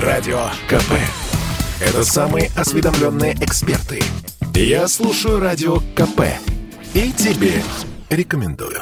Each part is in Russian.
Радио КП. Это самые осведомленные эксперты. Я слушаю Радио КП и тебе рекомендую.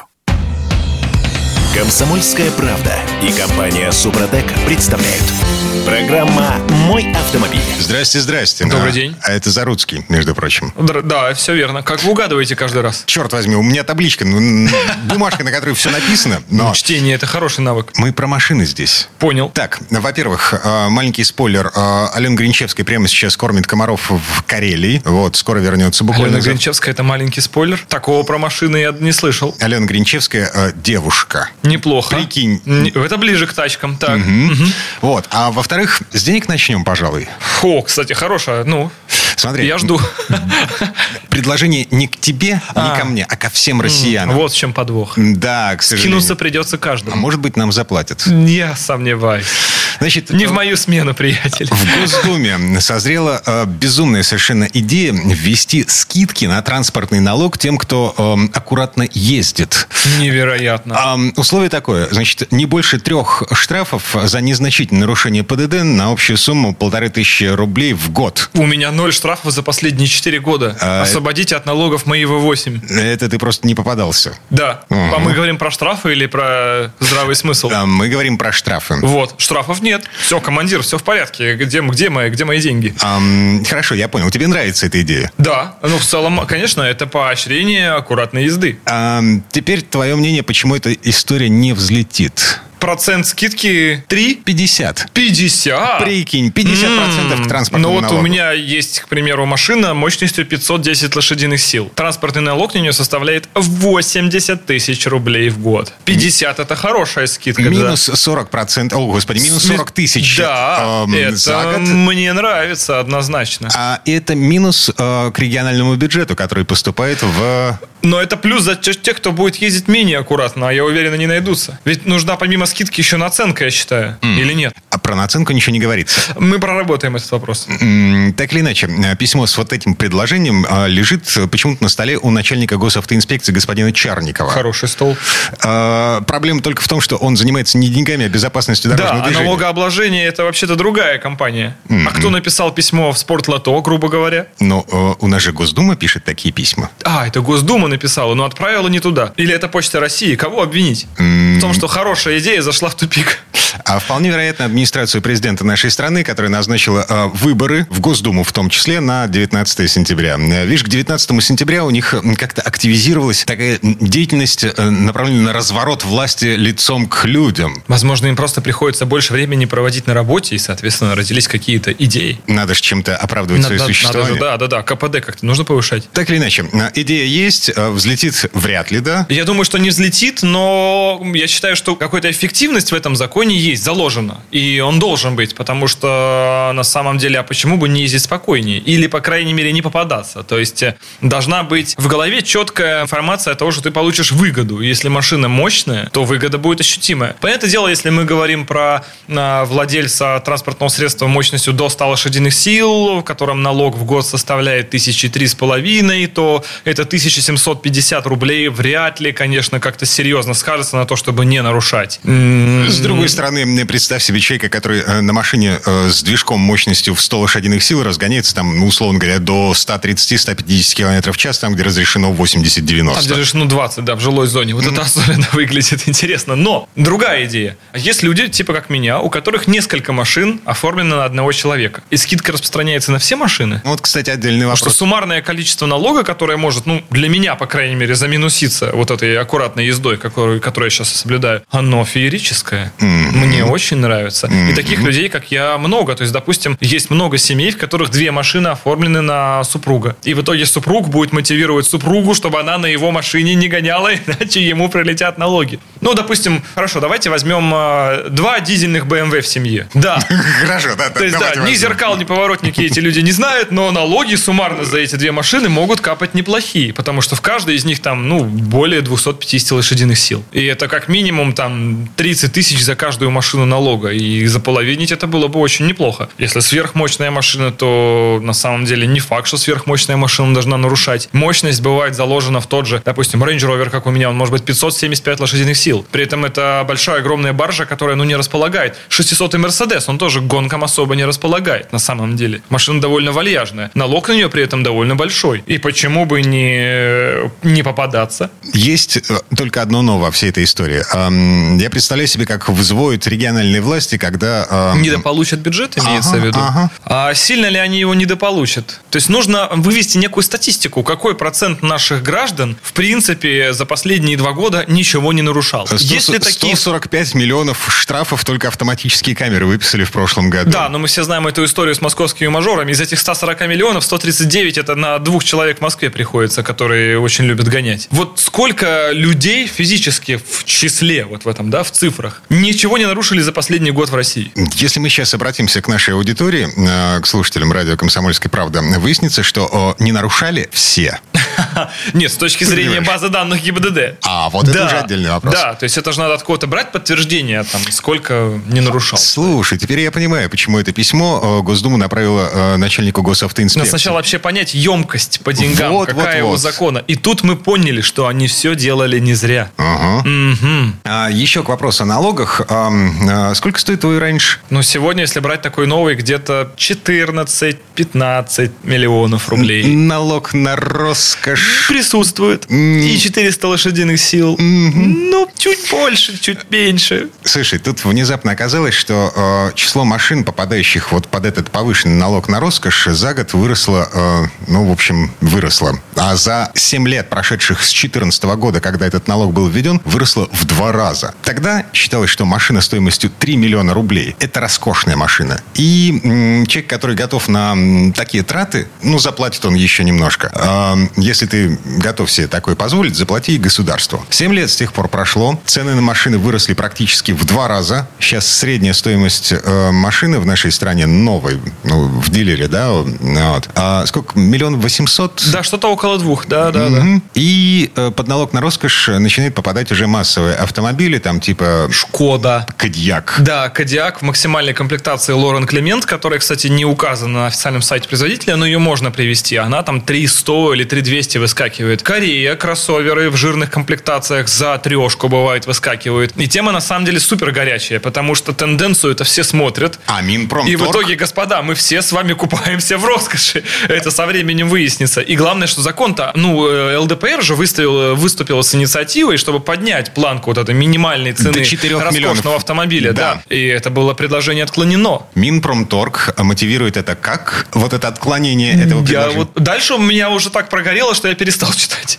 Комсомольская правда и компания Супротек представляют. Программа «Мой автомобиль». Здрасте. Добрый день. А это Заруцкий, между прочим. Да, все верно. Как вы угадываете каждый раз? Черт возьми, у меня табличка, бумажка, на которой все написано. Но чтение — это хороший навык. Мы про машины здесь. Понял. Так, во-первых, маленький спойлер. Алена Гринчевская прямо сейчас кормит комаров в Карелии. Вот, скоро вернется буквально. Алена Гринчевская — это маленький спойлер. Такого про машины я не слышал. Алена Гринчевская девушка. Неплохо. Прикинь. Это ближе к тачкам. Так. Вот. А во-вторых, с денег начнем, пожалуй. О, кстати, хорошая. Смотри. Я жду. Предложение не к тебе, не ко мне, а ко всем россиянам. Вот в чем подвох. Да, к сожалению. Скинуться придется каждому. А может быть, нам заплатят. Я сомневаюсь. Значит, не в мою смену, приятель. В Госдуме созрела безумная совершенно идея ввести скидки на транспортный налог тем, кто аккуратно ездит. Невероятно. Условие такое. Значит, не больше 3 штрафов за незначительное нарушение ПДД на общую сумму 1500 рублей в год. У меня 0 штрафов за последние 4 года. Освободите от налогов мои В8. Это ты просто не попадался. Да. А мы говорим про штрафы или про здравый смысл? Мы говорим про штрафы. Вот. Штрафов нет. Все, командир, все в порядке. Где мои деньги? Хорошо, я понял. Тебе нравится эта идея? Да. В целом, конечно, это поощрение аккуратной езды. Теперь твое мнение, почему эта история не взлетит? Процент скидки 3? 50. 50? Прикинь, 50% к транспортному налогу. У меня есть, к примеру, машина мощностью 510 лошадиных сил. Транспортный налог на нее составляет 80 тысяч рублей в год. 50 это хорошая скидка. Минус 40%. О, господи, минус 40 тысяч да, за год. Мне нравится однозначно. А это минус к региональному бюджету, который поступает в... Но это плюс за тех, кто будет ездить менее аккуратно, а я уверен, они найдутся. Ведь нужна помимо скидки еще наценка, я считаю. Или нет? А про наценку ничего не говорится. Мы проработаем этот вопрос. Так или иначе, письмо с вот этим предложением лежит почему-то на столе у начальника госавтоинспекции господина Чарникова. Хороший стол. Проблема только в том, что он занимается не деньгами, а безопасностью дорожного движения. А налогообложение — это вообще-то другая компания. А кто написал письмо в Спортлото, грубо говоря? Но у нас же Госдума пишет такие письма. Это Госдума написала, но отправила не туда. Или это Почта России? Кого обвинить? В том, что хорошая идея зашла в тупик. А вполне вероятно, администрацию президента нашей страны, которая назначила выборы в Госдуму, в том числе на 19 сентября. Видишь, к 19 сентября у них как-то активизировалась такая деятельность, направленная на разворот власти лицом к людям. Возможно, им просто приходится больше времени проводить на работе, и, соответственно, родились какие-то идеи. Надо же чем-то оправдывать свое существование. Да, КПД как-то нужно повышать. Так или иначе, идея есть, взлетит вряд ли, да? Я думаю, что не взлетит, но я считаю, что какая-то эффективность в этом законе есть, заложена. И он должен быть, потому что на самом деле, а почему бы не ездить спокойнее? Или, по крайней мере, не попадаться. То есть должна быть в голове четкая информация того, что ты получишь выгоду. Если машина мощная, то выгода будет ощутимая. Понятное дело, если мы говорим про владельца транспортного средства мощностью до 100 лошадиных сил, в котором налог в год составляет 1003,5, то это 1750 рублей вряд ли, конечно, как-то серьезно скажется на то, чтобы не нарушать. С другой стороны, представь себе человека, который на машине с движком мощностью в 100 лошадиных сил разгоняется там, условно говоря, до 130-150 км в час, там, где разрешено 80-90. Там, где разрешено 20, да, в жилой зоне. Вот это особенно выглядит интересно. Но другая идея. Есть люди, типа как меня, у которых несколько машин оформлено на одного человека. И скидка распространяется на все машины. Вот, кстати, отдельный вопрос. Потому что суммарное количество налога, которое может, для меня, по крайней мере, заминуситься вот этой аккуратной ездой, которую я сейчас соблюдаю, оно феерическое. Мне очень нравится. И таких людей, как я, много. То есть, допустим, есть много семей, в которых 2 машины оформлены на супруга. И в итоге супруг будет мотивировать супругу, чтобы она на его машине не гоняла, иначе ему прилетят налоги. Допустим, хорошо, давайте возьмем 2 дизельных BMW в семье. Да. Хорошо, да. То есть, ни зеркал, ни поворотники эти люди не знают, но налоги суммарно за эти 2 машины могут капать неплохие, потому что в каждой из них там, более 250 лошадиных сил. И это как минимум там 30 тысяч за каждую машину налога. И заполовинить это было бы очень неплохо. Если сверхмощная машина, то на самом деле не факт, что сверхмощная машина должна нарушать. Мощность бывает заложена в тот же, допустим, Range Rover, как у меня, он может быть 575 лошадиных сил. сил. При этом это большая, огромная баржа, которая, не располагает. 600-й Мерседес, он тоже к гонкам особо не располагает, на самом деле. Машина довольно вальяжная. Налог на нее при этом довольно большой. И почему бы не попадаться? Есть только одно но во всей этой истории. Я представляю себе, как взвоют региональные власти, когда... Недополучат бюджет, имеется в виду? А сильно ли они его недополучат? То есть нужно вывести некую статистику, какой процент наших граждан, в принципе, за последние 2 года ничего не нарушал. 145 миллионов штрафов только автоматические камеры выписали в прошлом году. Да, но мы все знаем эту историю с московскими мажорами. Из этих 140 миллионов 139 это на 2 человек в Москве приходится, которые очень любят гонять. Вот сколько людей физически в числе, вот в этом, да, в цифрах, ничего не нарушили за последний год в России? Если мы сейчас обратимся к нашей аудитории, к слушателям радио «Комсомольская правда», выяснится, что не нарушали все. Нет, с точки зрения базы данных ГИБДД. Вот это уже отдельный вопрос. Да, то есть это же надо от кого-то брать подтверждение, сколько не нарушал. Слушай, теперь я понимаю, почему это письмо Госдума направила начальнику госавтоинспекции. Надо сначала вообще понять емкость по деньгам, какая его закона. И тут мы поняли, что они все делали не зря. Еще к вопросу о налогах. Сколько стоит твой раньше? Сегодня, если брать такой новый, где-то 14-15 миллионов рублей. Налог на роскошь присутствует. И 400 лошадиных сил. Чуть больше, чуть меньше. Слушай, тут внезапно оказалось, что число машин, попадающих вот под этот повышенный налог на роскошь, за год выросло, выросло. А за 7 лет, прошедших с 2014 года, когда этот налог был введен, выросло в 2 раза. Тогда считалось, что машина стоимостью 3 миллиона рублей – это роскошная машина. И человек, который готов на такие траты, заплатит он еще немножко. Если ты готов себе такое позволить, заплати государству. 7 лет с тех пор прошло. Цены на машины выросли практически в 2 раза. Сейчас средняя стоимость машины в нашей стране новой, в дилере, да? Вот. Сколько? 1 800 000? Да, что-то около 2, да. И под налог на роскошь начинают попадать уже массовые автомобили, там типа... Шкода. Кодиак. Да, Кодиак в максимальной комплектации Лорен Клемент, которая, кстати, не указана на официальном сайте производителя, но ее можно привезти. Она там 300 или 3200 выскакивает. Корея, кроссоверы в жирных комплектациях за 3 бывает выскакивают. И тема на самом деле супер горячая, потому что тенденцию это все смотрят. А Минпромторг? И в итоге, господа, мы все с вами купаемся в роскоши. Это со временем выяснится. И главное, что закон-то, ЛДПР же выступила с инициативой, чтобы поднять планку вот этой минимальной цены роскошного автомобиля. Да. И это было предложение отклонено. Минпромторг мотивирует это как? Вот это отклонение этого предложения? Дальше у меня уже так прогорело, что я перестал читать.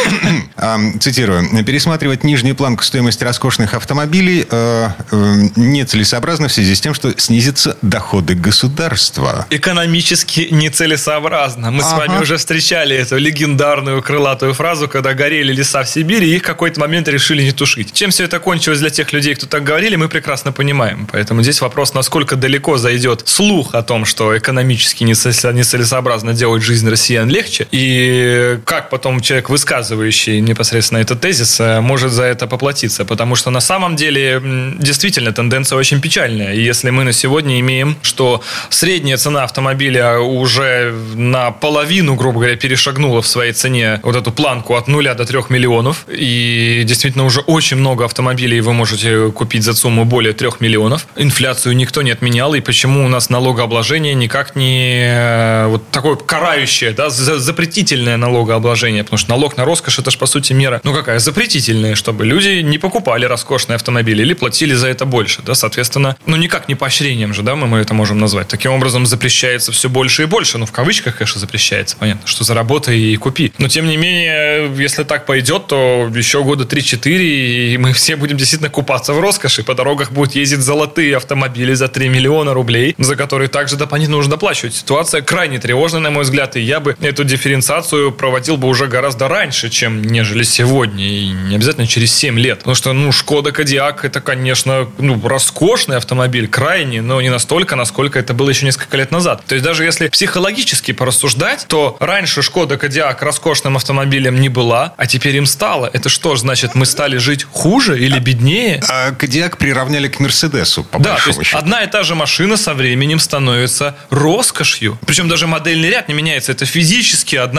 Цитирую. Пересматривать нижнюю планку стоимости роскошных автомобилей нецелесообразно в связи с тем, что снизятся доходы государства. Экономически нецелесообразно. Мы с вами уже встречали эту легендарную крылатую фразу, когда горели леса в Сибири, и их в какой-то момент решили не тушить. Чем все это кончилось для тех людей, кто так говорили, мы прекрасно понимаем. Поэтому здесь вопрос, насколько далеко зайдет слух о том, что экономически нецелесообразно делать жизнь россиян легче, и как потом человек, высказывающий непосредственно этот тезис, может за это поплатиться. Потому что на самом деле действительно тенденция очень печальная. И если мы на сегодня имеем, что средняя цена автомобиля уже наполовину, грубо говоря, перешагнула в своей цене вот эту планку от 0 до 3 миллионов, и действительно уже очень много автомобилей вы можете купить за сумму более 3 миллионов. Инфляцию никто не отменял, и почему у нас налогообложение никак не вот такое карающее, да, запретительное налогообложение, потому что налог на роскошь это же по сути мера, какая запретительная, чтобы люди не покупали роскошные автомобили или платили за это больше, да, соответственно, никак не поощрением же, да, мы это можем назвать. Таким образом запрещается все больше и больше, в кавычках, конечно, запрещается, понятно, что заработай и купи. Но тем не менее, если так пойдет, то еще года 3-4, и мы все будем действительно купаться в роскоши, по дорогах будут ездить золотые автомобили за 3 миллиона рублей, за которые также дополнительно нужно доплачивать. Ситуация крайне тревожная, на мой взгляд, и я бы эту дифференциацию проводил бы уже гораздо раньше, чем нежели сегодня, и не обязательно через 7 лет. Потому что, Шкода Кодиак это, конечно, роскошный автомобиль, крайне, но не настолько, насколько это было еще несколько лет назад. То есть даже если психологически порассуждать, то раньше Шкода Кодиак роскошным автомобилем не была, а теперь им стало. Это что, значит, мы стали жить хуже или беднее? А Кодиак приравняли к Мерседесу, по большому счету. Да, то есть счету. одна и та же машина со временем становится роскошью. Причем даже модельный ряд не меняется. Это физически одна и та же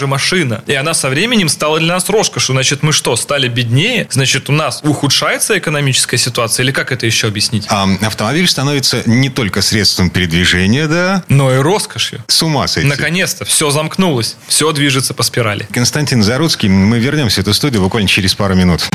же машина. И она со временем стала для нас роскошью. Значит, мы что, стали беднее? Значит, у нас ухудшается экономическая ситуация? Или как это еще объяснить? Автомобиль становится не только средством передвижения, да? Но и роскошью. С ума сойти. Наконец-то все замкнулось. Все движется по спирали. Константин Заруцкий. Мы вернемся в эту студию буквально через пару минут.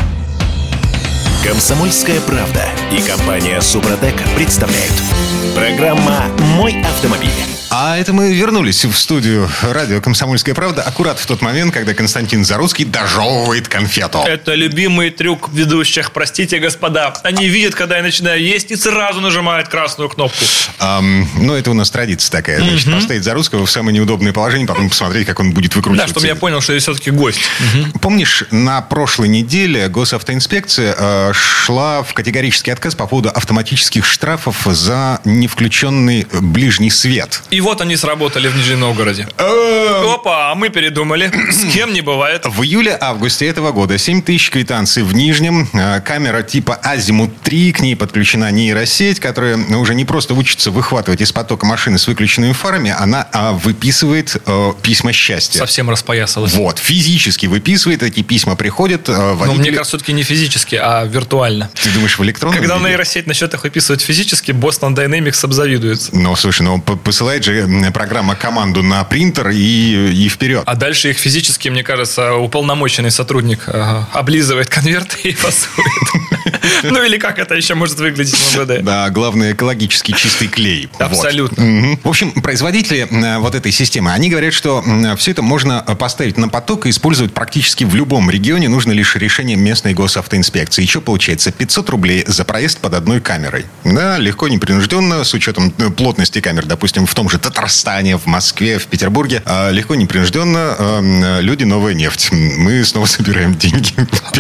«Комсомольская правда» и компания «Супротек» представляют. Программа «Мой автомобиль». А это мы вернулись в студию радио «Комсомольская правда» аккурат в тот момент, когда Константин Заруцкий дожевывает конфету. Это любимый трюк ведущих, простите, господа. Они видят, когда я начинаю есть, и сразу нажимают красную кнопку. Ну, это у нас традиция такая. Значит, поставить Заруцкого в самое неудобное положение, потом посмотреть, как он будет выкручиваться. Да, чтобы я понял, что я все-таки гость. Помнишь, на прошлой неделе госавтоинспекция шла в категорический отказ по поводу автоматических штрафов за невключенный ближний свет. И вот они сработали в Нижнем Новгороде. Опа, а мы передумали. С кем не бывает. В июле-августе этого года 7 тысяч квитанций в Нижнем. Камера типа Азимут-3, к ней подключена нейросеть, которая уже не просто учится выхватывать из потока машины с выключенными фарами, она выписывает письма счастья. Совсем распоясалась. Вот, физически выписывает, эти письма приходят. Но мне кажется, все-таки не физически, а виртуально. Ты думаешь, в электронном Когда виде? нейросеть начнет их выписывать физически, Boston Dynamics обзавидуется. Ну, слушай, посылает же программа команду на принтер и вперед. А дальше их физически, мне кажется, уполномоченный сотрудник облизывает конверты и фасует. Ну или как это еще может выглядеть в МВД? Да, главное, экологически чистый клей. Абсолютно. В общем, производители вот этой системы, они говорят, что все это можно поставить на поток и использовать практически в любом регионе. Нужно лишь решение местной госавтоинспекции. И что получается? 500 рублей за проезд под одной камерой. Да, легко, непринужденно, с учетом плотности камер, допустим, в том же Татарстане, в Москве, в Петербурге. Легко, непринужденно. Люди — новая нефть. Мы снова собираем деньги.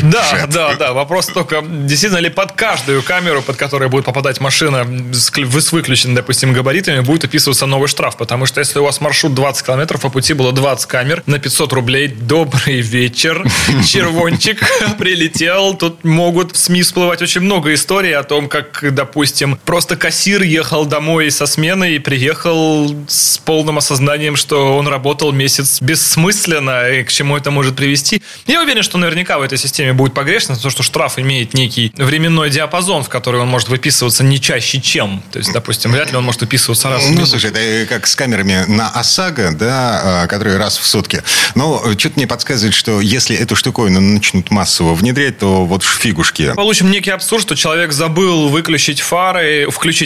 Да. Вопрос только, действительно ли под каждую камеру, под которую будет попадать машина с выключенными, допустим, габаритами, будет описываться новый штраф. Потому что если у вас маршрут 20 километров, по пути было 20 камер на 500 рублей, добрый вечер, червончик прилетел. Тут могут в СМИ всплывать очень много историй о том, как, допустим, просто кассир ехал домой со смены и приехал с полным осознанием, что он работал месяц бессмысленно, и к чему это может привести. Я уверен, что наверняка в этой системе будет погрешность, потому что штраф имеет некий временной диапазон, в который он может выписываться не чаще, чем. То есть, допустим, вряд ли он может выписываться раз в минуту. Ну, слушай, это как с камерами на ОСАГО, да, которые раз в сутки. Но что-то мне подсказывает, что если эту штуковину начнут массово внедрять, то вот фигушки. Получим некий абсурд, что человек забыл включить фары,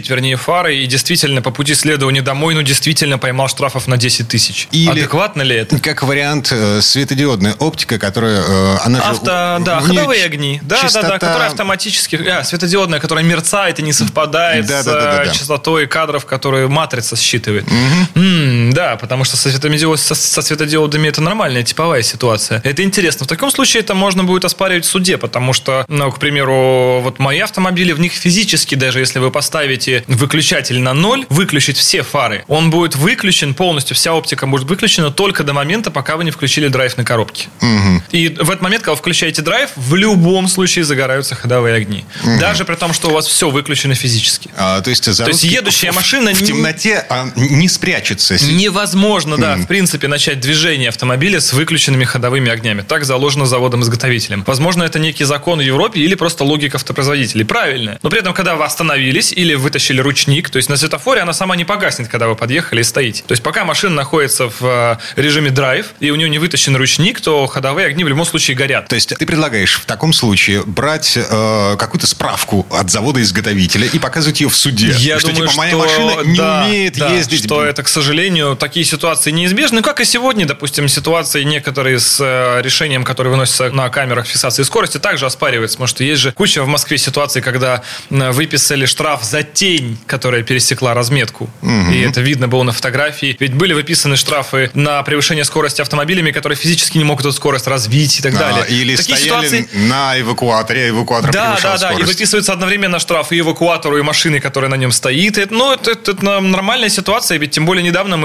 и действительно по пути следования домой, действительно поймал штрафов на 10 тысяч. Или, адекватно ли это? Как вариант, светодиодная оптика, которая... она ходовые огни. Которая автоматически... светодиодная, которая мерцает и не совпадает с частотой кадров, которые матрица считывает. Да, потому что со светодиодами это нормальная типовая ситуация. Это интересно. В таком случае это можно будет оспаривать в суде, потому что, к примеру, вот мои автомобили, в них физически, даже если вы поставите выключатель на 0, выключить все фары, он будет выключен полностью, вся оптика будет выключена только до момента, пока вы не включили драйв на коробке. И в этот момент, когда вы включаете драйв, в любом случае загораются ходовые огни. Даже при том, что у вас все выключено физически. То есть едущая машина в темноте не спрячется. Невозможно, в принципе, начать движение автомобиля с выключенными ходовыми огнями. Так заложено заводом-изготовителем. Возможно, это некий закон в Европе или просто логика автопроизводителей. Правильно. Но при этом, когда вы остановились или вытащили ручник, то есть на светофоре она сама не погаснет, когда вы подъехали и стоите. То есть пока машина находится в режиме драйв, и у нее не вытащен ручник, то ходовые огни в любом случае горят. То есть ты предлагаешь в таком случае брать какую-то справку от завода-изготовителя и показывать ее в суде? Я думаю, что моя машина не умеет ездить. Что это, к сожалению, такие ситуации неизбежны. Как и сегодня, допустим, ситуации некоторые с решением, которое выносится на камерах фиксации скорости, также оспаривается. Потому что есть же куча в Москве ситуаций, когда выписали штраф за тень, которая пересекла разметку. И это видно было на фотографии. Ведь были выписаны штрафы на превышение скорости автомобилями, которые физически не могут эту скорость развить и так далее. Или такие стояли ситуации... на эвакуаторе, эвакуатор превышал скорость. И выписывается одновременно штраф и эвакуатору, и машины, которая на нем стоит. Это нормальная ситуация, ведь тем более недавно мы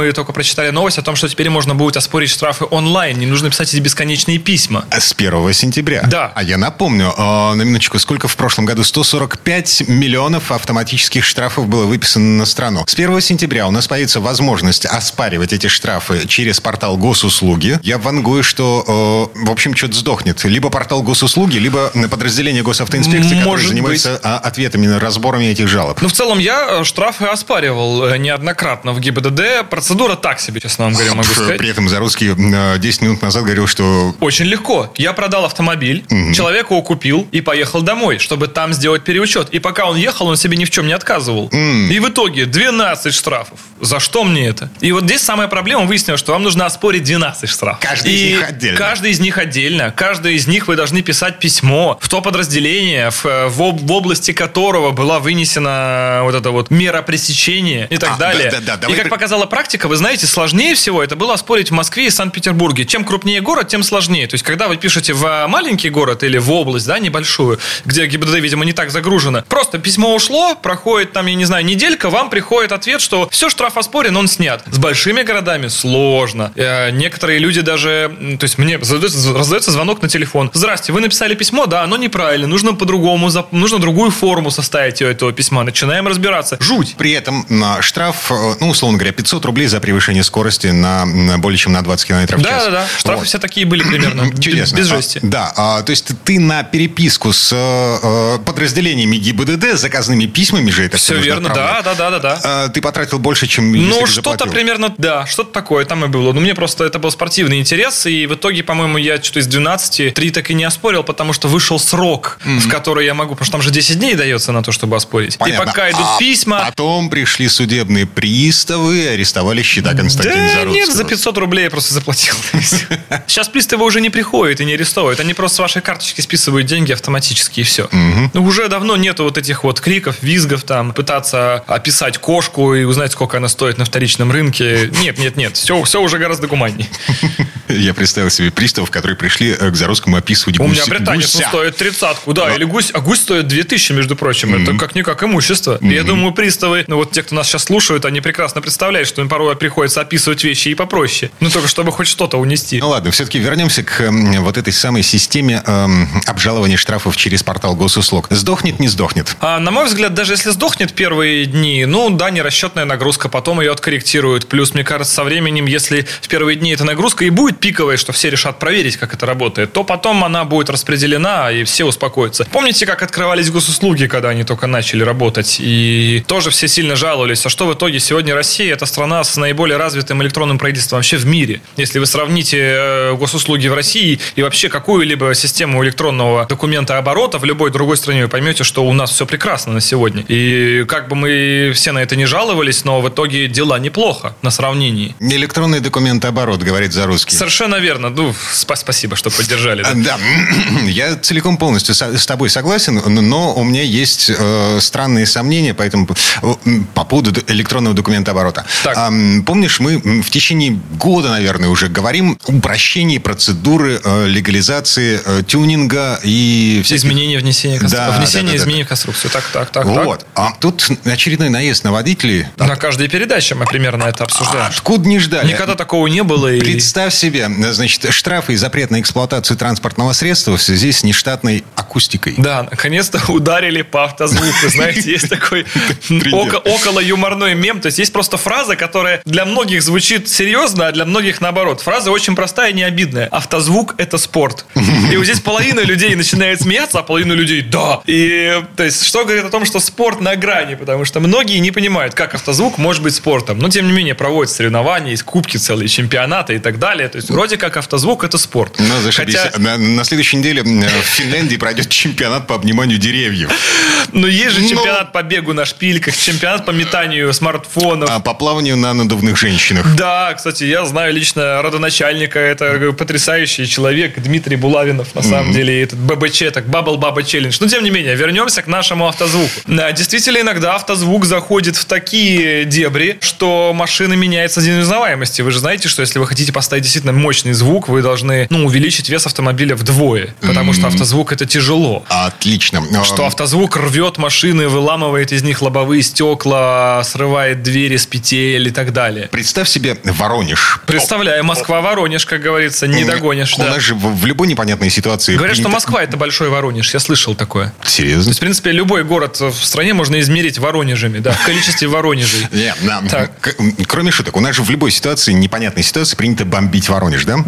мы только прочитали новость о том, что теперь можно будет оспорить штрафы онлайн. Не нужно писать эти бесконечные письма. С 1 сентября. Да. А я напомню, на минуточку, сколько в прошлом году? 145 миллионов автоматических штрафов было выписано на страну. С 1 сентября у нас появится возможность оспаривать эти штрафы через портал госуслуги. Я вангую, что, в общем, что-то сдохнет. Либо портал госуслуги, либо подразделение госавтоинспекции, которое занимается ответами на разборами этих жалоб. Ну, в целом, я штрафы оспаривал неоднократно в ГИБДД. Процедура так себе, честно вам говоря, могу сказать. При этом Заруцкий 10 минут назад говорил, что... Очень легко. Я продал автомобиль, человека его купил и поехал домой, чтобы там сделать переучет. И пока он ехал, он себе ни в чем не отказывал. И в итоге 12 штрафов. За что мне это? И вот здесь самая проблема. Выяснилось, что вам нужно оспорить 12 штрафов. Каждый из них отдельно. Каждый из них отдельно. Каждый из них вы должны писать письмо в то подразделение, в области которого была вынесена вот эта вот мера пресечения и так далее. И как показала практика, вы знаете, сложнее всего это было оспорить в Москве и Санкт-Петербурге. Чем крупнее город, тем сложнее. То есть, когда вы пишете в маленький город или в область, да, небольшую, где ГИБДД, видимо, не так загружено, просто письмо ушло, проходит там, я не знаю, неделька, вам приходит ответ, что все, штраф оспорен, он снят. С большими городами сложно. Некоторые люди даже, то есть, мне раздается звонок на телефон. Здрасте, вы написали письмо, да, оно неправильно, нужно по-другому, нужно другую форму составить этого письма. Начинаем разбираться. Жуть. При этом штраф, ну, условно говоря, 500 рублей за превышение скорости на более чем на 20 километров в час. Да. Штрафы все такие были примерно. Чудесно. Без жести. То есть ты на переписку с подразделениями ГИБДД, заказными письмами же это все верно, да. Ты потратил больше, чем если Ну, ты что-то заплатил. Примерно, да, что-то такое там и было. Но мне просто это был спортивный интерес, и в итоге, по-моему, я что-то из 12 3 так и не оспорил, потому что вышел срок, в который я могу, потому что там же 10 дней дается на то, чтобы оспорить. Понятно. И пока идут письма... Потом пришли судебные приставы и арестовали счета Константина Заруцкого. Нет, за 500 рублей я просто заплатил. Сейчас приставы уже не приходят и не арестовывают. Они просто с вашей карточки списывают деньги автоматически, и все. Уже давно нету вот этих вот криков, визгов, там, пытаться описать кошку и узнать, сколько она стоит на вторичном рынке. Нет. Все уже гораздо гуманнее. Я представил себе приставов, которые пришли к Заруцкому описывать гуся. У меня британец стоит 30-ку, да, или гусь, а гусь стоит 2000, между прочим. Это как-никак имущество. И я думаю, приставы, ну вот те, кто нас сейчас слушают, они прекрасно представляют, что им порой приходится описывать вещи и попроще. Ну, только чтобы хоть что-то унести. Ну ладно, все-таки вернемся к вот этой самой системе обжалования штрафов через портал госуслуг. Сдохнет, не сдохнет? На мой взгляд, даже если сдохнет первые дни, ну да, нерасчетная нагрузка, потом ее откорректируют. Плюс, мне кажется, со временем, если в первые дни эта нагрузка и будет пиковая, что все решат проверить, как это работает, то потом она будет распределена, и все успокоятся. Помните, как открывались госуслуги, когда они только начали работать? И тоже все сильно жаловались. А что в итоге? Сегодня Россия – это страна с наиболее развитым электронным правительством вообще в мире. Если вы сравните госуслуги в России и вообще какую-либо систему электронного документа оборота в любой другой стране, вы поймете, что у нас все прекрасно на сегодня. И как бы мы все на это не жаловались, но в итоге дела неплохо на сравнении. Электронный документооборот, говорит Заруцкий. Совершенно верно. Ну, спасибо, что поддержали. Да, я целиком полностью с тобой согласен, но у меня есть странные сомнения по поводу электронного документооборота. Помнишь, мы в течение года, наверное, уже говорим о упрощении процедуры легализации тюнинга и... Изменения, внесения изменений в конструкцию. Так. Вот. А тут очередной наезд на водителей. На каждой передаче мы примерно это обсуждаем. Откуда не ждали? Никогда такого не было. Представь себе, значит, штрафы и запрет на эксплуатацию транспортного средства в связи с нештатной акустикой. Да, наконец-то ударили по автозвуку. Знаете, есть такой около юморной мем. То есть есть просто фраза, которая для многих звучит серьезно, а для многих наоборот. Фраза очень простая и не обидная. Автозвук – это спорт. И вот здесь половина людей начинает смеяться, а половина людей – да. И то есть что говорит о том, что спорт на грани, потому что многие не понимают, как автозвук может быть спортом. Но тем не менее проводят соревнования, есть кубки целые, чемпионаты и так далее. То есть вроде как автозвук – это спорт. Ну, зашибись. На следующей неделе в Финляндии пройдет чемпионат по обниманию деревьев. Но есть же чемпионат по бегу на шпильках, чемпионат по метанию смартфонов. А по плаванию на надувных женщинах. Да, кстати, я знаю лично родоначальника. Это потрясающий человек Дмитрий Булавинов. На самом деле, этот ББЧ, так Бабл Баба Челлендж. Но тем не менее, вернемся к нашему автозвуку. Действительно, иногда автозвук заходит в такие дебри, что машина меняется до неузнаваемости. Вы же знаете, что если вы хотите поставить действительно достаточно мощный звук, вы должны, увеличить вес автомобиля вдвое, потому что автозвук — это тяжело. Отлично. Что автозвук рвет машины, выламывает из них лобовые стекла, срывает двери с петель и так далее. Представь себе Воронеж. Представляю, Москва-Воронеж, как говорится, не догонишь. У нас же в любой непонятной ситуации... Говорят, что Москва — это большой Воронеж. Я слышал такое. Серьезно? То есть, в принципе, любой город в стране можно измерить Воронежами, да, в количестве Воронежей. Кроме шуток, у нас же в любой ситуации, непонятной ситуации, принято бомбить Воронеж, да?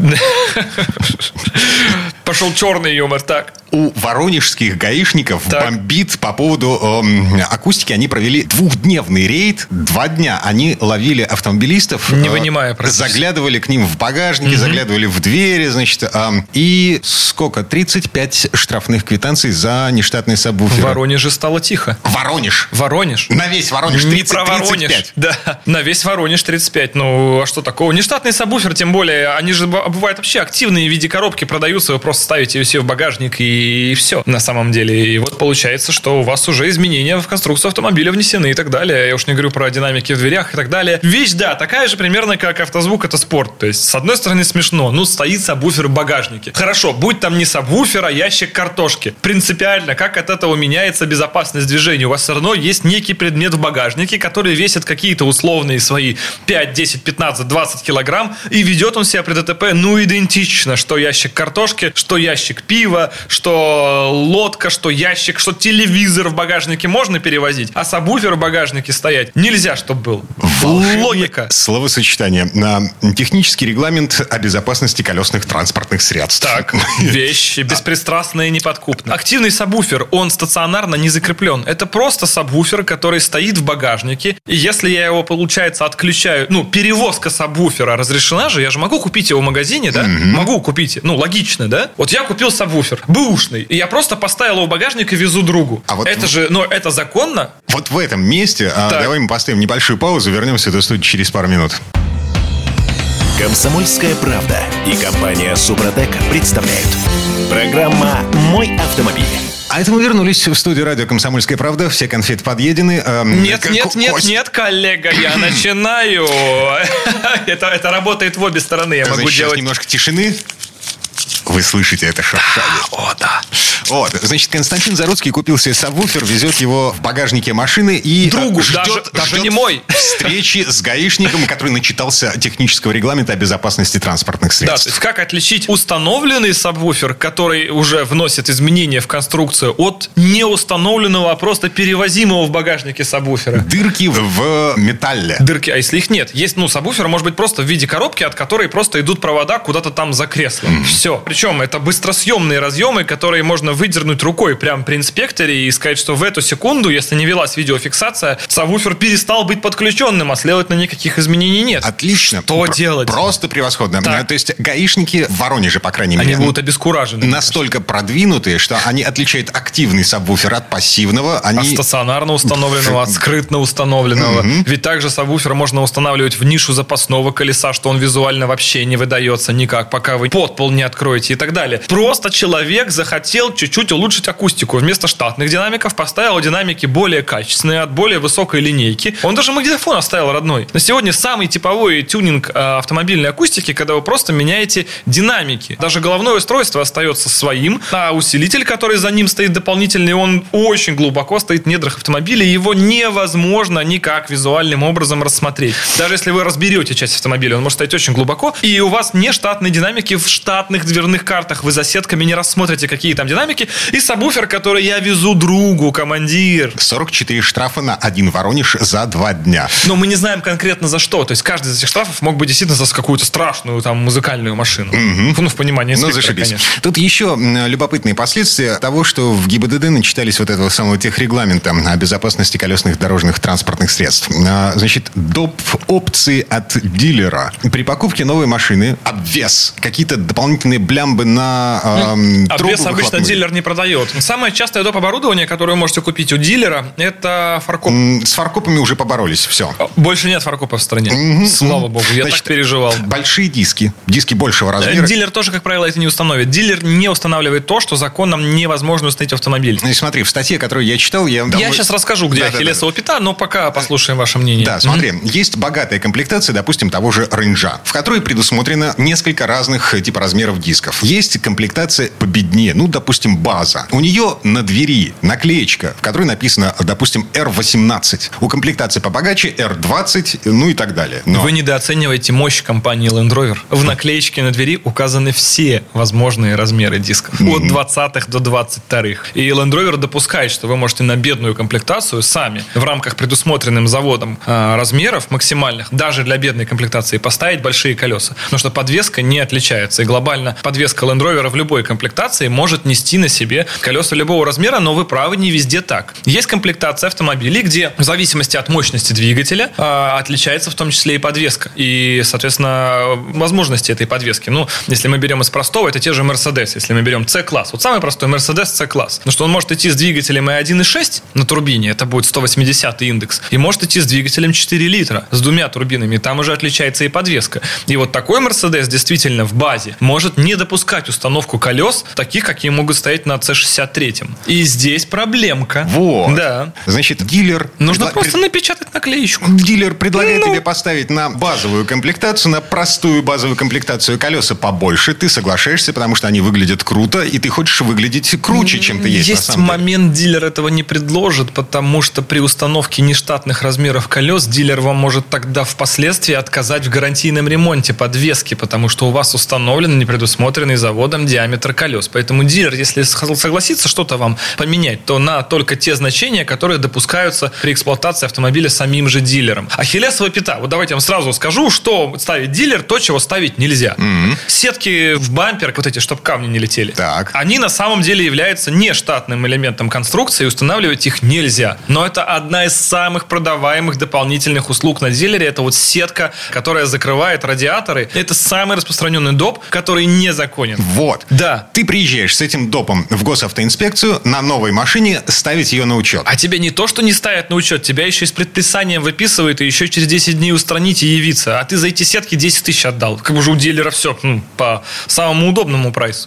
Пошел черный юмор, так. У воронежских гаишников бомбит по поводу акустики. Они провели 2-дневный рейд. 2 дня они ловили автомобилистов. Не вынимая практически. Заглядывали к ним в багажники, заглядывали в двери, значит. И сколько? 35 штрафных квитанций за нештатный сабвуфер. В Воронеже стало тихо. Воронеж. На весь Воронеж 30, Не про Воронеж. 35. Да, на весь Воронеж 35. Ну, а что такого? Нештатный сабвуфер, тем более, они же бывают вообще активные в виде коробки, продаются, вы просто ставите ее себе в багажник и все на самом деле. И вот получается, что у вас уже изменения в конструкцию автомобиля внесены и так далее. Я уж не говорю про динамики в дверях и так далее. Вещь, да, такая же примерно, как автозвук — это спорт. То есть, с одной стороны, смешно. Стоит сабвуфер в багажнике. Хорошо, будь там не сабвуфер, а ящик картошки. Принципиально, как от этого меняется безопасность движения? У вас все равно есть некий предмет в багажнике, который весит какие-то условные свои 5, 10, 15, 20 килограмм, и ведет он себя при ДТП, идентично. Что ящик картошки, что ящик пива, что лодка, что ящик, что телевизор в багажнике можно перевозить, а сабвуфер в багажнике стоять нельзя, чтобы был. Логика. Словосочетание. Технический регламент о безопасности колесных транспортных средств. Так, вещь беспристрастная и неподкупная. Активный сабвуфер, он стационарно не закреплен. Это просто сабвуфер, который стоит в багажнике. И если я его, получается, отключаю... перевозка сабвуфера разрешена же. Я же могу купить его в магазине, да? Могу купить. Логично, да? Вот я купил сабвуфер, бэушный, и я просто поставил его в багажник и везу другу. Это же, это законно? Вот в этом месте давай мы поставим небольшую паузу, вернемся в эту студию через пару минут. «Комсомольская правда» и компания «Супротек» представляют. Программа «Мой автомобиль». А это мы вернулись в студию радио «Комсомольская правда». Все конфеты подъедены. Нет, коллега, я начинаю. Это работает в обе стороны. Я могу сейчас делать немножко тишины. Вы слышите это шуршание? О, да. Вот, значит, Константин Заруцкий купил себе сабвуфер, везет его в багажнике машины и другу, ждет даже не мой. встречи с гаишником, который начитался технического регламента о безопасности транспортных средств. Да, то есть как отличить установленный сабвуфер, который уже вносит изменения в конструкцию, от неустановленного, а просто перевозимого в багажнике сабвуфера? Дырки в металле. А если их нет? Есть, сабвуфер может быть просто в виде коробки, от которой просто идут провода куда-то там за креслом. Все. Причем это быстросъемные разъемы, которые можно выдернуть рукой прямо при инспекторе и сказать, что в эту секунду, если не велась видеофиксация, сабвуфер перестал быть подключенным, а следовательно никаких изменений нет. Отлично. Что делать? Просто превосходно. Так. То есть гаишники в Воронеже, по крайней мере, Они будут обескуражены. Настолько продвинутые, что они отличают активный сабвуфер от пассивного. От стационарно установленного, от скрытно установленного. Ведь также сабвуфер можно устанавливать в нишу запасного колеса, что он визуально вообще не выдается никак, пока вы подпол не откроете и так далее. Просто человек захотел чуть-чуть улучшить акустику. Вместо штатных динамиков поставил динамики более качественные, от более высокой линейки. Он даже магнитофон оставил родной. На сегодня самый типовой тюнинг автомобильной акустики, когда вы просто меняете динамики. Даже головное устройство остается своим, а усилитель, который за ним стоит дополнительный, он очень глубоко стоит в недрах автомобиля, и его невозможно никак визуальным образом рассмотреть. Даже если вы разберете часть автомобиля, он может стоять очень глубоко, и у вас не штатные динамики в штатных дверных картах. Вы за сетками не рассмотрите, какие там динамики. И сабвуфер, который я везу другу, командир. 44 штрафа на один Воронеж за 2 дня. Но мы не знаем конкретно за что. То есть каждый из этих штрафов мог быть действительно за какую-то страшную там музыкальную машину. В понимании инспектора, зашибись. конечно. Тут еще любопытные последствия того, что в ГИБДД начитались вот этого самого техрегламента о безопасности колесных дорожных транспортных средств. Значит, доп. Опции от дилера. При покупке новой машины обвес, какие-то дополнительные бляшки плямбы на трубы Обвес обычно дилер не продает. Самое частое доп. Оборудование, которое вы можете купить у дилера, это фаркоп. С фаркопами уже поборолись, все. Больше нет фаркопа в стране. Слава богу, я так переживал. Большие диски большего размера. Дилер тоже, как правило, это не установит. Дилер не устанавливает то, что законом невозможно установить в автомобиль. И смотри, в статье, которую я читал... Я сейчас расскажу, где ахиллесова пята, но пока послушаем ваше мнение. Да, смотри, есть богатая комплектация, допустим, того же рейнджа, в которой предусмотрено несколько разных типа размеров дисков. Есть комплектация победнее, допустим, база. У нее на двери наклеечка, в которой написано, допустим, R18. У комплектации побогаче R20, и так далее. Но... Вы недооцениваете мощь компании Land Rover. В наклеечке на двери указаны все возможные размеры дисков. От 20-х до 22-х. И Land Rover допускает, что вы можете на бедную комплектацию сами в рамках предусмотренным заводом размеров максимальных, даже для бедной комплектации, поставить большие колеса. Потому что подвеска не отличается. И глобально подвеска Land Rover в любой комплектации может нести на себе колеса любого размера, но вы правы, не везде так. Есть комплектация автомобилей, где в зависимости от мощности двигателя отличается в том числе и подвеска. И, соответственно, возможности этой подвески. Если мы берем из простого, это те же Mercedes. Если мы берем C-класс. Вот самый простой Mercedes C-класс. Потому что он может идти с двигателем 1.6 на турбине, это будет 180 индекс, и может идти с двигателем 4 литра, с двумя турбинами, там уже отличается и подвеска. И вот такой Mercedes действительно в базе может не допускать установку колес, таких, какие могут стоять на C63. И здесь проблемка. Вот. Да. Значит, дилер... Нужно просто напечатать наклеечку. Дилер предлагает тебе поставить на базовую комплектацию, на простую базовую комплектацию колеса побольше. Ты соглашаешься, потому что они выглядят круто, и ты хочешь выглядеть круче, чем ты есть на самом деле. Момент, дилер этого не предложит, потому что при установке нештатных размеров колес дилер вам может тогда впоследствии отказать в гарантийном ремонте подвески, потому что у вас установлен непредусмотренный заводом диаметр колес. Поэтому дилер, если согласится что-то вам поменять, то на только те значения, которые допускаются при эксплуатации автомобиля самим же дилером. Ахиллесова пята. Вот давайте я вам сразу скажу, что ставит дилер, то, чего ставить нельзя. Сетки в бампер, вот эти, чтобы камни не летели, они на самом деле являются нештатным элементом конструкции, и устанавливать их нельзя. Но это одна из самых продаваемых дополнительных услуг на дилере. Это вот сетка, которая закрывает радиаторы. Это самый распространенный доп, который незаконен. Вот. Да. Ты приезжаешь с этим допом в госавтоинспекцию на новой машине ставить ее на учет. А тебя не то, что не ставят на учет, тебя еще и с предписанием выписывают, и еще через 10 дней устранить и явиться. А ты за эти сетки 10 тысяч отдал. Как бы уже у дилера все по самому удобному прайсу.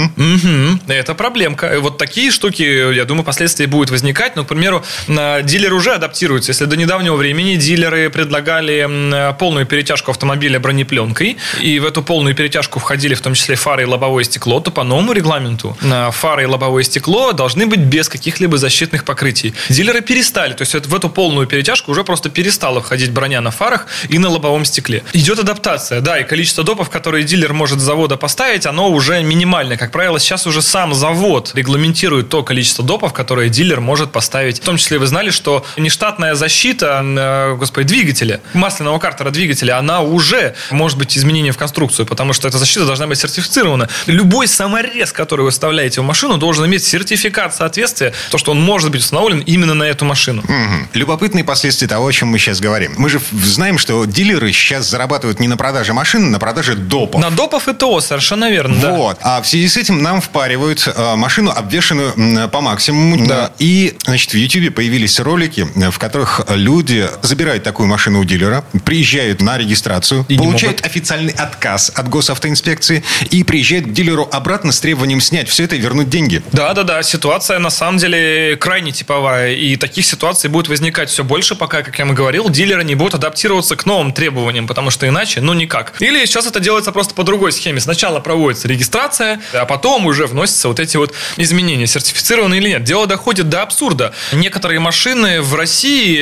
Это проблемка. И вот такие штуки, я думаю, впоследствии будут возникать. Но, к примеру, дилеры уже адаптируются. Если до недавнего времени дилеры предлагали полную перетяжку автомобиля бронепленкой, и в эту полную перетяжку входили в том числе фары и лобовое стекло, то по новому регламенту фары и лобовое стекло должны быть без каких-либо защитных покрытий. Дилеры перестали. То есть в эту полную перетяжку уже просто перестала входить броня на фарах и на лобовом стекле. Идет адаптация. Да, и количество допов, которые дилер может с завода поставить, оно уже минимальное. Как правило, сейчас уже сам завод регламентирует то количество допов, которые дилер может поставить. В том числе вы знали, что нештатная защита, двигателя, масляного картера двигателя, она уже может быть изменением в конструкцию, потому что эта защита должна быть сертифицирована. Любой саморез, который вы вставляете в машину, должен иметь сертификат соответствия, то, что он может быть установлен именно на эту машину. Любопытные последствия того, о чем мы сейчас говорим. Мы же знаем, что дилеры сейчас зарабатывают не на продаже машин, а на продаже допов. На допов и ТО, совершенно верно. Вот. А в связи с этим нам впаривают машину, обвешенную по максимуму. Да. И, значит, в YouTube появились ролики, в которых люди забирают такую машину у дилера, приезжают на регистрацию, получают официальный отказ от госавтоинспекции и приезжают к дилеру обратно с требованием снять все это и вернуть деньги. Да. Ситуация на самом деле крайне типовая. И таких ситуаций будет возникать все больше, пока, как я вам говорил, дилеры не будут адаптироваться к новым требованиям, потому что иначе, никак. Или сейчас это делается просто по другой схеме. Сначала проводится регистрация, а потом уже вносятся вот эти вот изменения, сертифицированные или нет. Дело доходит до абсурда. Некоторые машины в России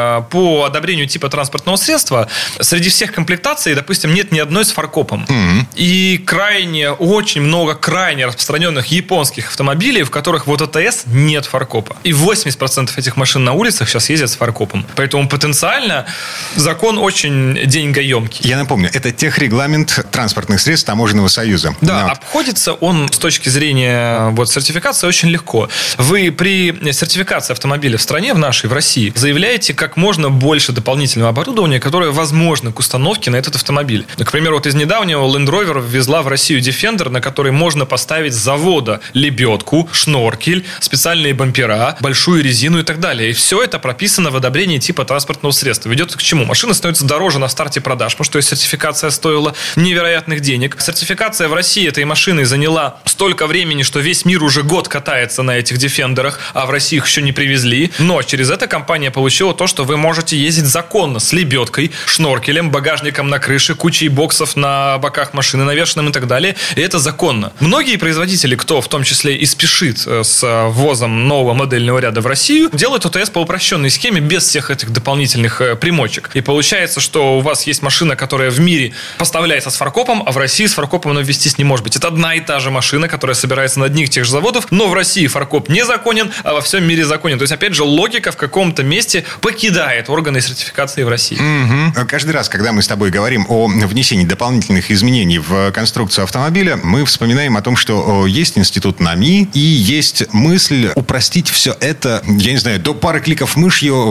по одобрению типа транспортного средства среди всех комплектаций, допустим, нет ни одной с фаркопом. И очень много крайне распространенных японских автомобилей, в которых вот АТС нет фаркопа. И 80% этих машин на улицах сейчас ездят с фаркопом. Поэтому потенциально закон очень деньгоемкий. Я напомню, это техрегламент транспортных средств Таможенного союза. Да, обходится он с точки зрения сертификации очень легко. Вы при сертификации автомобиля в стране, в нашей, в России, заявляете как можно больше дополнительного оборудования, которое возможно к установке на этот автомобиль. К примеру, из недавнего Land Rover ввезла в Россию Россию Defender, на который можно поставить с завода лебедку, шноркель, специальные бампера, большую резину и так далее. И все это прописано в одобрении типа транспортного средства. Ведет к чему? Машина становится дороже на старте продаж, потому что ее сертификация стоила невероятных денег. Сертификация в России этой машины заняла столько времени, что весь мир уже год катается на этих Defender'ах, а в России их еще не привезли. Но через это компания получила то, что вы можете ездить законно с лебедкой, шноркелем, багажником на крыше, кучей боксов на боках машины навешенным и так далее. И это законно. Многие производители, кто в том числе и спешит с ввозом нового модельного ряда в Россию, делают ОТС по упрощенной схеме без всех этих дополнительных примочек. И получается, что у вас есть машина, которая в мире поставляется с фаркопом, а в России с фаркопом она ввестись не может быть. Это одна и та же машина, которая собирается на одних и тех же заводах, но в России фаркоп незаконен, а во всем мире законен. То есть, опять же, логика в каком-то месте покидает органы сертификации в России. Угу. Каждый раз, когда мы с тобой говорим о внесении дополнительных изменений в конструкцию автомобиля, мы вспоминаем о том, что есть институт НАМИ и есть мысль упростить все это, я не знаю, до пары кликов мышью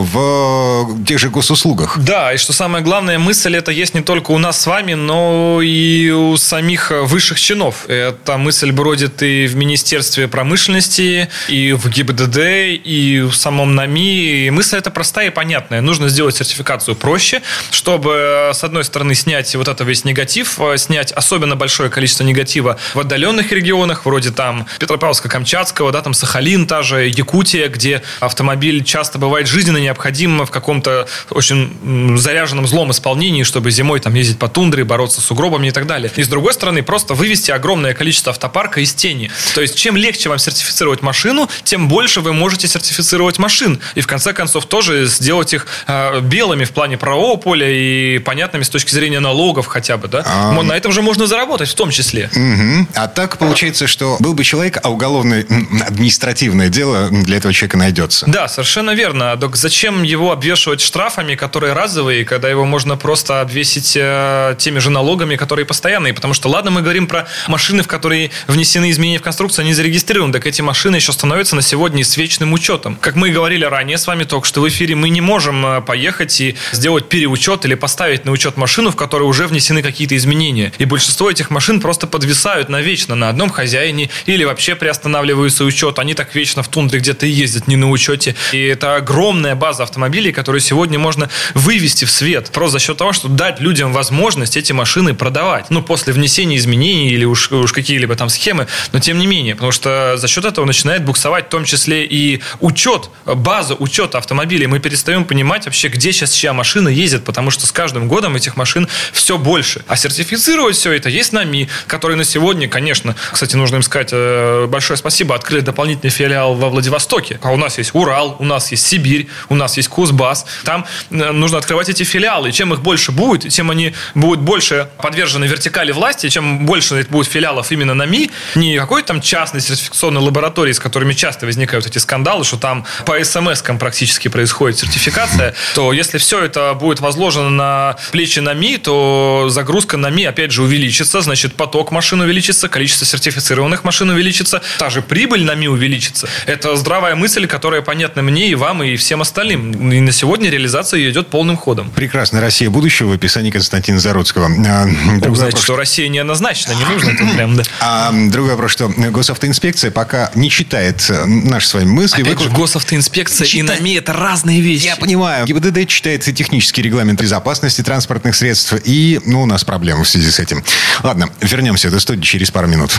в тех же госуслугах. Да, и что самое главное, мысль эта есть не только у нас с вами, но и у самих высших чинов. Эта мысль бродит и в Министерстве промышленности, и в ГИБДД, и в самом НАМИ. И мысль эта простая и понятная. Нужно сделать сертификацию проще, чтобы, с одной стороны, снять вот это весь негатив, снять особенно большое количество негатива в отдаленных регионах, вроде там Петропавловска-Камчатского, да, там Сахалин, та же Якутия, где автомобиль часто бывает жизненно необходим в каком-то очень заряженном злом исполнении, чтобы зимой там ездить по тундре, бороться с сугробами и так далее. И с другой стороны, просто вывести огромное количество автопарка из тени. То есть, чем легче вам сертифицировать машину, тем больше вы можете сертифицировать машин. И в конце концов тоже сделать их белыми в плане правового поля и понятными с точки зрения налогов хотя бы, да? На этом же можно заработать в том числе. Угу. А так получается, что был бы человек, а уголовное административное дело для этого человека найдется. Да, совершенно верно. Так зачем его обвешивать штрафами, которые разовые, когда его можно просто обвесить теми же налогами, которые постоянные? Потому что, ладно, мы говорим про машины, в которые внесены изменения в конструкцию, они зарегистрированы, так эти машины еще становятся на сегодня с вечным учетом. Как мы и говорили ранее с вами только что в эфире, мы не можем поехать и сделать переучет или поставить на учет машину, в которой уже внесены какие-то изменения. И большинство этих машин просто подвисают навечно на одном хозяине или вообще приостанавливаются учет. Они так вечно в тундре где-то и ездят не на учете. И это огромная база автомобилей, которую сегодня можно вывести в свет. Просто за счет того, что дать людям возможность эти машины продавать. Ну, после внесения изменений или уж какие-либо там схемы, но тем не менее. Потому что за счет этого начинает буксовать в том числе и учет, база учета автомобилей. Мы перестаем понимать вообще, где сейчас чья машина ездит, потому что с каждым годом этих машин все больше. А сертифицировать все это есть НАМИ, который на сегодня, конечно, кстати, нужно им сказать большое спасибо, открыли дополнительный филиал во Владивостоке. А у нас есть Урал, у нас есть Сибирь, у нас есть Кузбасс. Там нужно открывать эти филиалы. И чем их больше будет, тем они будут больше подвержены вертикали власти, чем больше будет филиалов именно НАМИ, не какой-то там частной сертификационной лаборатории, с которыми часто возникают эти скандалы, что там по СМС-кам практически происходит сертификация, то если все это будет возложено на плечи НАМИ, то загрузка НАМИ опять же увеличится, значит поток машин увеличится, количество сертифицированных машин увеличится, та же прибыль НАМИ увеличится. Это здравая мысль, которая понятна мне и вам, и всем остальным. И на сегодня реализация ее идет полным ходом. Прекрасная Россия будущего в описании Константина Заруцкого. Значит, что Россия не однозначно, не нужно это прям, да. Другой вопрос, что госавтоинспекция пока не читает наши с вами мысли. Опять же, госавтоинспекция и НАМИ — это разные вещи. Я понимаю. ГИБДД читает технический регламент безопасности транспортных средств, и у нас проблемы в связи с этим. Ладно, вернемся до студии через пару минут.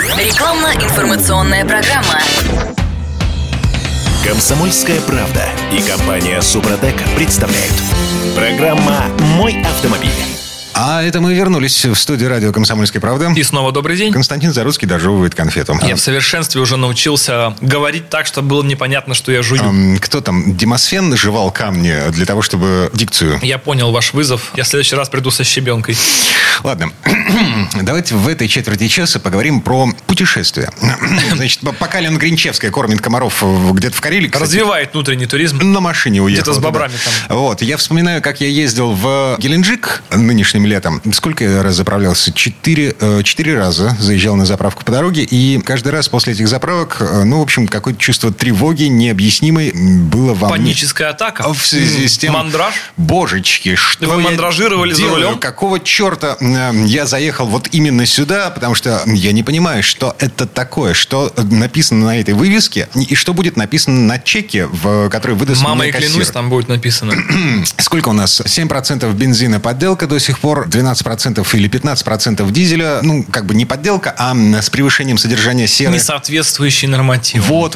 Рекламно-информационная программа. «Комсомольская правда» и компания «Супротек» представляют. Программа «Мой автомобиль». А это мы вернулись в студию радио «Комсомольская правда». И снова добрый день. Константин Заруцкий дожевывает конфету. Я в совершенстве уже научился говорить так, чтобы было непонятно, что я жую. Кто там? Демосфен жевал камни для того, чтобы дикцию... Я понял ваш вызов. Я в следующий раз приду со щебенкой. Ладно. Давайте в этой четверти часа поговорим про путешествия. Значит, пока Лена Гринчевская кормит комаров где-то в Карелии... Развивает внутренний туризм. На машине уехал. Где-то с бобрами там. Вот. Я вспоминаю, как я ездил в Геленджик нынешним летом. Сколько я раз заправлялся? 4 раза заезжал на заправку по дороге. И каждый раз после этих заправок, в общем, какое-то чувство тревоги необъяснимой было во мне. Паническая атака. В связи с тем... Мандраж? Божечки, что вы мандражировали за рулем? Какого черта я заехал вот именно сюда, потому что я не понимаю, что это такое, что написано на этой вывеске и что будет написано на чеке, который выдаст мне Мама и кассир. клянусь, там будет написано. Сколько у нас? 7% бензина подделка до сих пор, 12% или 15% дизеля. Ну, как бы не подделка, а с превышением содержания серы. Несоответствующий норматив. Вот.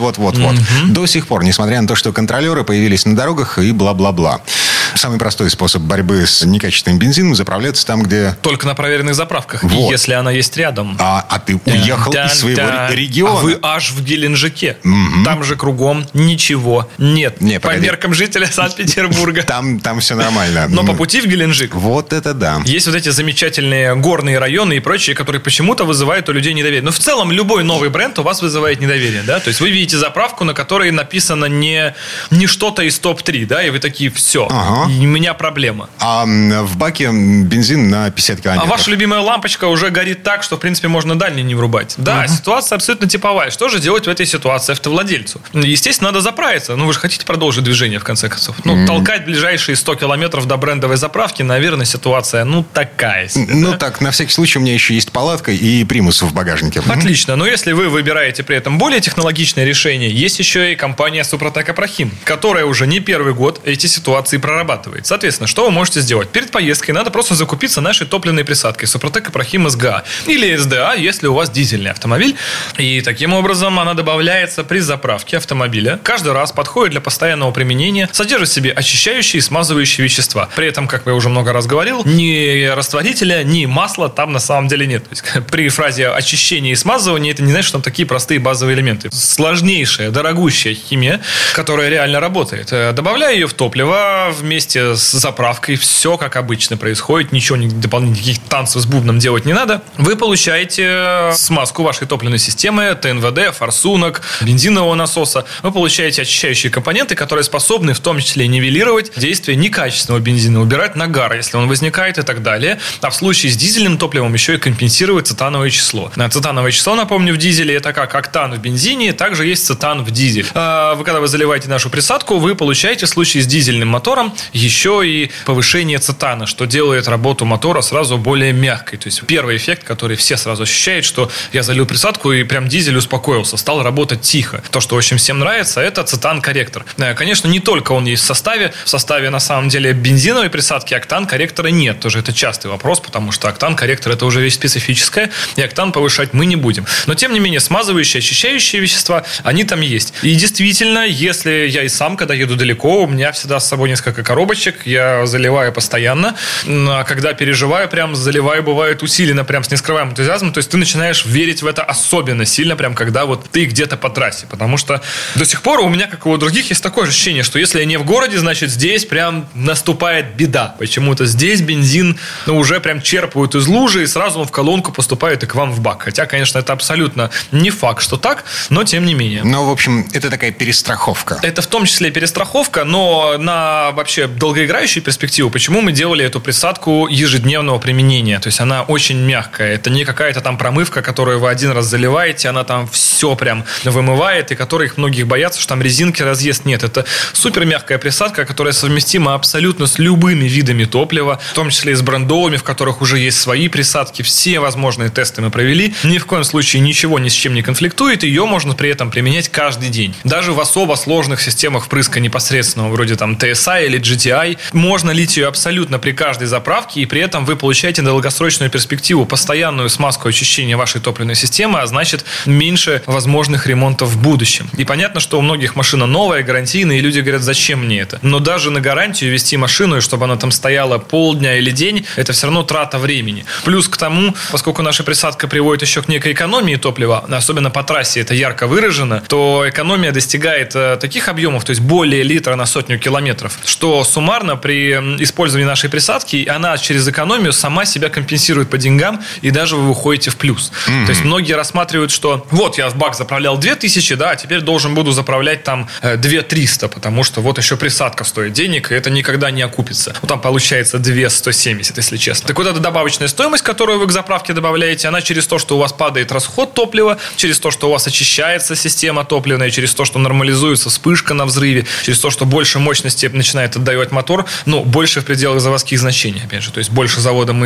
До сих пор, несмотря на то, что контролеры появились на дорогах и бла-бла-бла. Самый простой способ борьбы с некачественным бензином — заправляться там, где... Только на проверенных заправках, Вот. если она есть рядом. А ты уехал из своего региона. А вы аж в Геленджике. Там же кругом ничего нет. Не, по погоди. меркам жителя Санкт-Петербурга. Там все нормально. Но по пути в Геленджик Вот это да. есть вот эти замечательные горные районы и прочие, которые почему-то вызывают у людей недоверие. Но в целом любой новый бренд у вас вызывает недоверие, да? То есть вы видите заправку, на которой написано не что-то из топ-3, да? И вы такие, все, Ага. у меня проблема. А в баке бензин на 50 А километров. ваша любимая лампочка уже горит так, что, в принципе, можно дальний не врубать. Да, ситуация абсолютно типовая. Что же делать в этой ситуации автовладельцу? Естественно, надо заправиться. Ну, вы же хотите продолжить движение, в конце концов. Ну, толкать ближайшие 100 километров до брендовой заправки, наверное, ситуация, такая себе. Ну да? так, на всякий случай у меня еще есть палатка и примус в багажнике. Отлично. Но если вы выбираете при этом более технологичное решение, есть еще и компания Супротек Апрахим, которая уже не первый год эти ситуации прорабатывает. Соответственно, что вы можете сделать? Перед поездкой надо просто закупиться нашей топливной присадкой Супротек Апрахим СГА или СДА, если у вас дизельный автомобиль. И таким образом она добавляется при заправке автомобиля. Каждый раз подходит для постоянного применения, содержит в себе очищающие и смазывающие вещества. При этом, как я уже много раз говорил, ни растворителя, ни масла там на самом деле нет. То есть при фразе очищение и смазывание это не значит, что там такие простые базовые элементы. Сложнейшая, дорогущая химия, которая реально работает. Добавляя ее в топливо вместе с заправкой, все как обычно происходит, ничего дополнительных никаких танцев с бубном делать не надо. Вы получаете смазку вашей топливной системы, ТНВД, форсунок, бензинового насоса. Вы получаете очищающие компоненты, которые способны в том числе нивелировать действие некачественного бензина, убирать нагар, если он возникает и так далее. А в случае с дизельным топливом еще и компенсировать цетановое число. Цетановое число, напомню, в дизеле это как октан в бензине, также есть цетан в дизеле. Когда вы заливаете нашу присадку, вы получаете в случае с дизельным мотором еще и повышение цетана, что делает работу мотора сразу более мягкой. То есть первый эффект, который все сразу ощущают, что я залил присадку и прям дизель успокоился, стал работать тихо. То, что очень всем нравится, это цетан-корректор. Конечно, не только он есть в составе. В составе, на самом деле, бензиновой присадки октан-корректора нет. Тоже это частый вопрос, потому что октан-корректор это уже вещь специфическая, и октан повышать мы не будем. Но, тем не менее, смазывающие, очищающие вещества, они там есть. И действительно, если я и сам, когда еду далеко, у меня всегда с собой несколько коробочек, я заливаю постоянно, а когда переживаю, прям заливаю, бывает усиленно, прям с нескрываемым энтузиазмом, то есть ты начинаешь верить в это особенно сильно, прям когда вот ты где-то по трассе, потому что до сих пор у меня, как и у других, есть такое ощущение, что если я не в городе, значит здесь прям наступает беда. Почему-то здесь бензин уже прям черпают из лужи, и сразу он в колонку поступает и к вам в бак. Хотя, конечно, это абсолютно не факт, что так, но тем не менее. Ну, в общем, это такая перестраховка. Это в том числе перестраховка, но на вообще долгоиграющую перспективу, почему мы делали эту присадку ежедневного применения? То есть она очень мягкая. Это не какая-то там промывка, которую вы один раз заливаете, она там все прям вымывает, и которых многих боятся, что там резинки разъест. Нет, это супер мягкая присадка, которая совместима абсолютно с любыми видами топлива, в том числе и с брендовыми, в которых уже есть свои присадки. Все возможные тесты мы провели. Ни в коем случае ничего ни с чем не конфликтует. Ее можно при этом применять каждый день. Даже в особо сложных системах впрыска непосредственного, вроде там TSI или GTI, можно лить ее абсолютно при каждой заправке, и при этом вы получаете на долгосрочную перспективу постоянную смазку очищения вашей топливной системы, а значит меньше возможных ремонтов в будущем. И понятно, что у многих машина новая, гарантийная, и люди говорят, зачем мне это? Но даже на гарантию вести машину, и чтобы она там стояла полдня или день, это все равно трата времени. Плюс к тому, поскольку наша присадка приводит еще к некой экономии топлива, особенно по трассе это ярко выражено, то экономия достигает таких объемов, то есть более литра на сотню километров, что суммарно при использовании нашей присадки она через экономию сама себя компенсирует по деньгам, и даже вы выходите в плюс. То есть многие рассматривают, что вот я в бак заправлял 2000, да, а теперь должен буду заправлять там 2300, потому что вот еще присадка стоит денег, и это никогда не окупится. Ну, там получается 2170, если честно. Так вот, эта добавочная стоимость, которую вы к заправке добавляете, она через то, что у вас падает расход топлива, через то, что у вас очищается система топливная, через то, что нормализуется вспышка на взрыве, через то, что больше мощности начинает отдавать мотор, но больше в пределах заводских значений, опять же. То есть больше заводом мы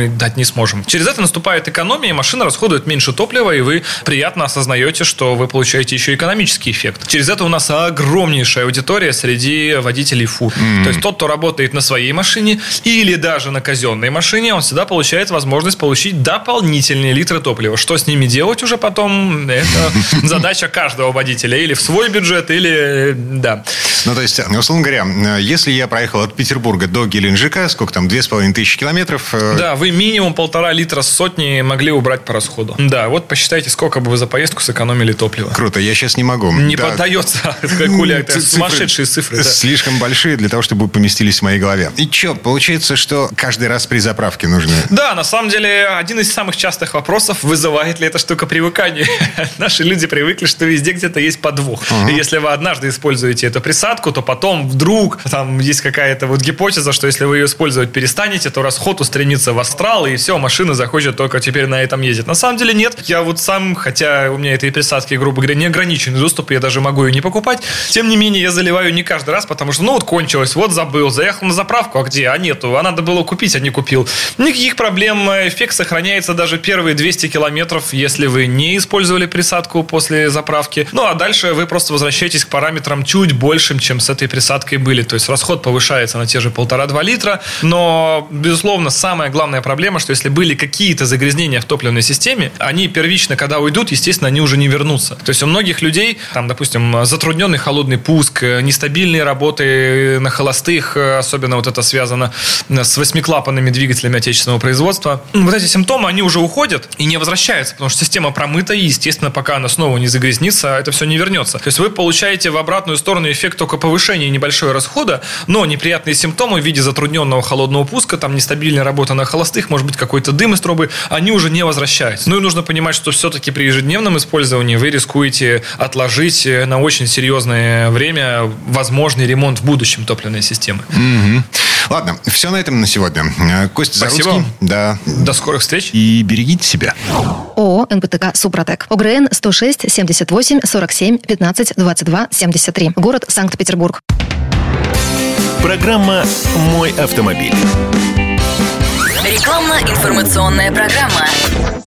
мы дать не сможем. Через это наступает экономия, и машина расходует меньше топлива, и вы приятно осознаете, что вы получаете еще экономический эффект. Через это у нас огромнейшая аудитория среди водителей фур. То есть тот, кто работает на своей машине или даже на казенной машине, он всегда получает возможность получить дополнительные литры топлива. Что с ними делать уже потом, это задача каждого водителя. Или в свой бюджет, или да. Ну, то есть, условно говоря, если я проехал от Петербурга до Геленджика, сколько там, 2500 километров? Да, вы минимум 1,5 литра с сотни могли убрать по расходу. Да, вот посчитайте, сколько бы вы за поездку сэкономили топлива. Круто, я сейчас не могу. Не поддается калькулятор. Сумасшедшие цифры. Слишком большие для того, чтобы поместились в моей голове. И что, получается, что каждый раз при заправке нужно? Да, на самом деле, один из самых частых вопросов, вызывает ли эта штука привыкание. Наши люди привыкли, что везде где-то есть подвох. И если вы однажды используете эту присадку, то потом вдруг там есть какая-то вот гипотеза, что если вы ее использовать перестанете, то расход устремится в астрал, и все, машина захочет только теперь на этом ездить. На самом деле нет. Я вот сам, хотя у меня этой присадки, грубо говоря, неограниченный доступ, я даже могу ее не покупать, тем не менее я заливаю не каждый раз, потому что, ну вот кончилось, вот забыл, заехал на заправку, а где? А нету, а надо было купить, а не купил. Никаких проблем, эффект сохраняется даже первые 200 километров, если вы не использовали присадку после заправки. Ну а дальше вы просто возвращаетесь к параметрам чуть большим, чем с этой присадкой были. То есть расход повышается на те же 1,5-2 литра, но, безусловно, самая главная проблема, что если были какие-то загрязнения в топливной системе, они первично, когда уйдут, естественно, они уже не вернутся. То есть у многих людей, там, допустим, затрудненный холодный пуск, нестабильные работы на холостых, особенно вот это связано с 8-клапанными двигателями отечественного производства, вот эти симптомы, они уже уходят и не возвращаются, потому что система промыта, и, естественно, пока она снова не загрязнится, это все не вернется. То есть вы получаете в обратную сторону эффект только повышения небольшого расхода, но неприятные симптомы в виде затрудненного холодного пуска, там нестабильная работа на холостых, может быть, какой-то дым из трубы, они уже не возвращаются. Ну и нужно понимать, что все-таки при ежедневном использовании вы рискуете отложить на очень серьезное время возможный ремонт в будущем топливной системы. Ладно, все на этом на сегодня. Костя Заруцкий. Да. До скорых встреч. И берегите себя. ООО «НПТК Супротек». ОГРН 106 78 47 15 22 73. Город Санкт-Петербург. Программа «Мой автомобиль». Рекламно-информационная программа.